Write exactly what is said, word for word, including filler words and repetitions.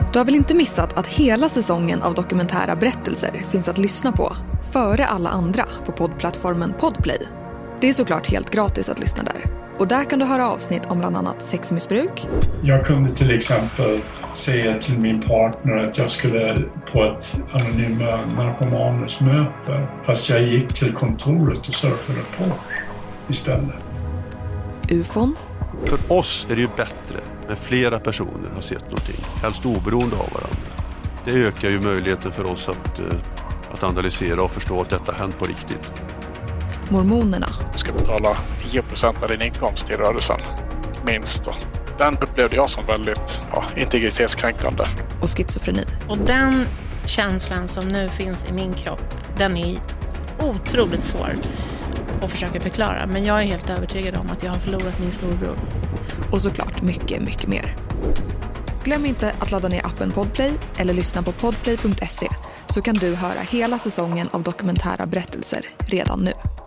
Du har väl inte missat att hela säsongen av dokumentära berättelser finns att lyssna på före alla andra på poddplattformen Podplay. Det är såklart helt gratis att lyssna där. Och där kan du höra avsnitt om bland annat sexmissbruk. Jag kunde till exempel säga till min partner att jag skulle på ett anonyma narkomanusmöte. Fast jag gick till kontoret och surfade på istället. U F O N. För oss är det ju bättre när flera personer har sett någonting, helst oberoende av varandra. Det ökar ju möjligheten för oss att, att analysera och förstå att detta hänt på riktigt. Mormonerna. Du ska betala tio procent av din inkomst till rörelsen, minst då. Den upplevde jag som väldigt ja, integritetskränkande. Och schizofreni. Och den känslan som nu finns i min kropp, den är otroligt svår att försöka förklara. Men jag är helt övertygad om att jag har förlorat min storbror. Och såklart mycket, mycket mer. Glöm inte att ladda ner appen Podplay eller lyssna på podplay punkt se så kan du höra hela säsongen av dokumentära berättelser redan nu.